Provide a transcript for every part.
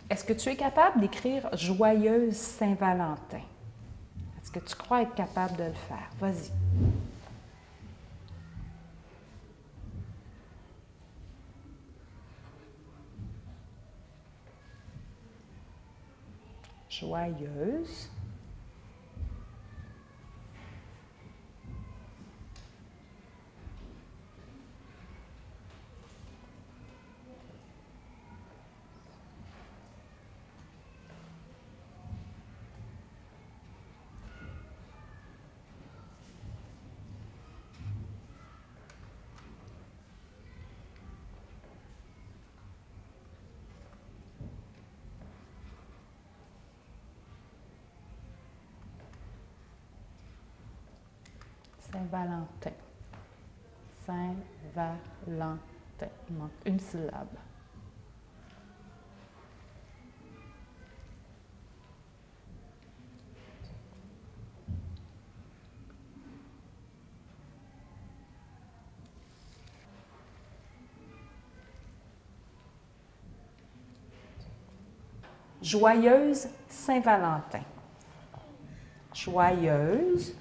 Est-ce que tu es capable d'écrire « Joyeuse Saint-Valentin ». Est-ce que tu crois être capable de le faire? Vas-y. Joyeuse. Saint-Valentin. Saint-Valentin. Il manque une syllabe. Joyeuse Saint-Valentin. Joyeuse.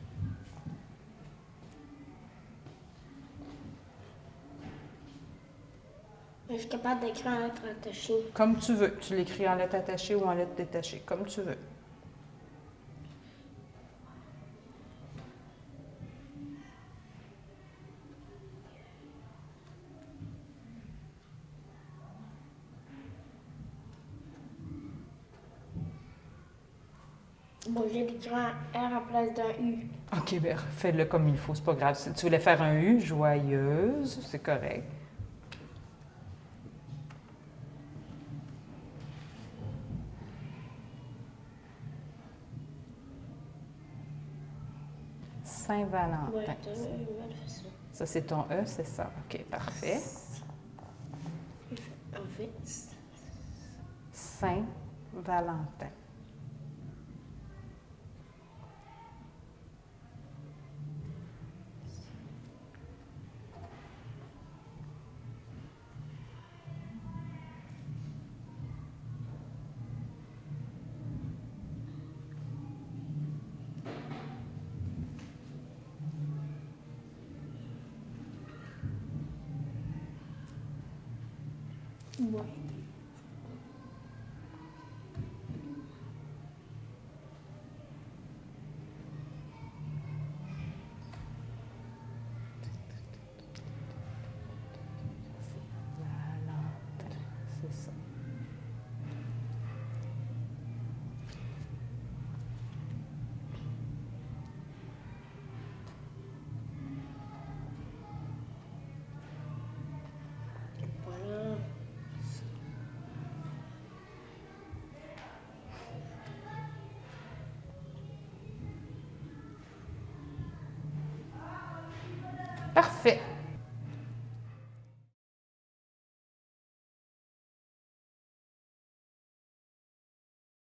Je suis capable d'écrire en lettres attachées. Comme tu veux. Tu l'écris en lettres attachées ou en lettres détachées, comme tu veux. Bon, j'ai écrit un R à place d'un U. OK, bien, fais-le comme il faut, c'est pas grave. Si tu voulais faire un U, joyeuse, c'est correct. Saint-Valentin. Ouais, ça. Ça, c'est ton E, c'est ça. OK, parfait. En fait, Saint-Valentin. ouais. Valentin, c'est ça. Voilà. Parfait.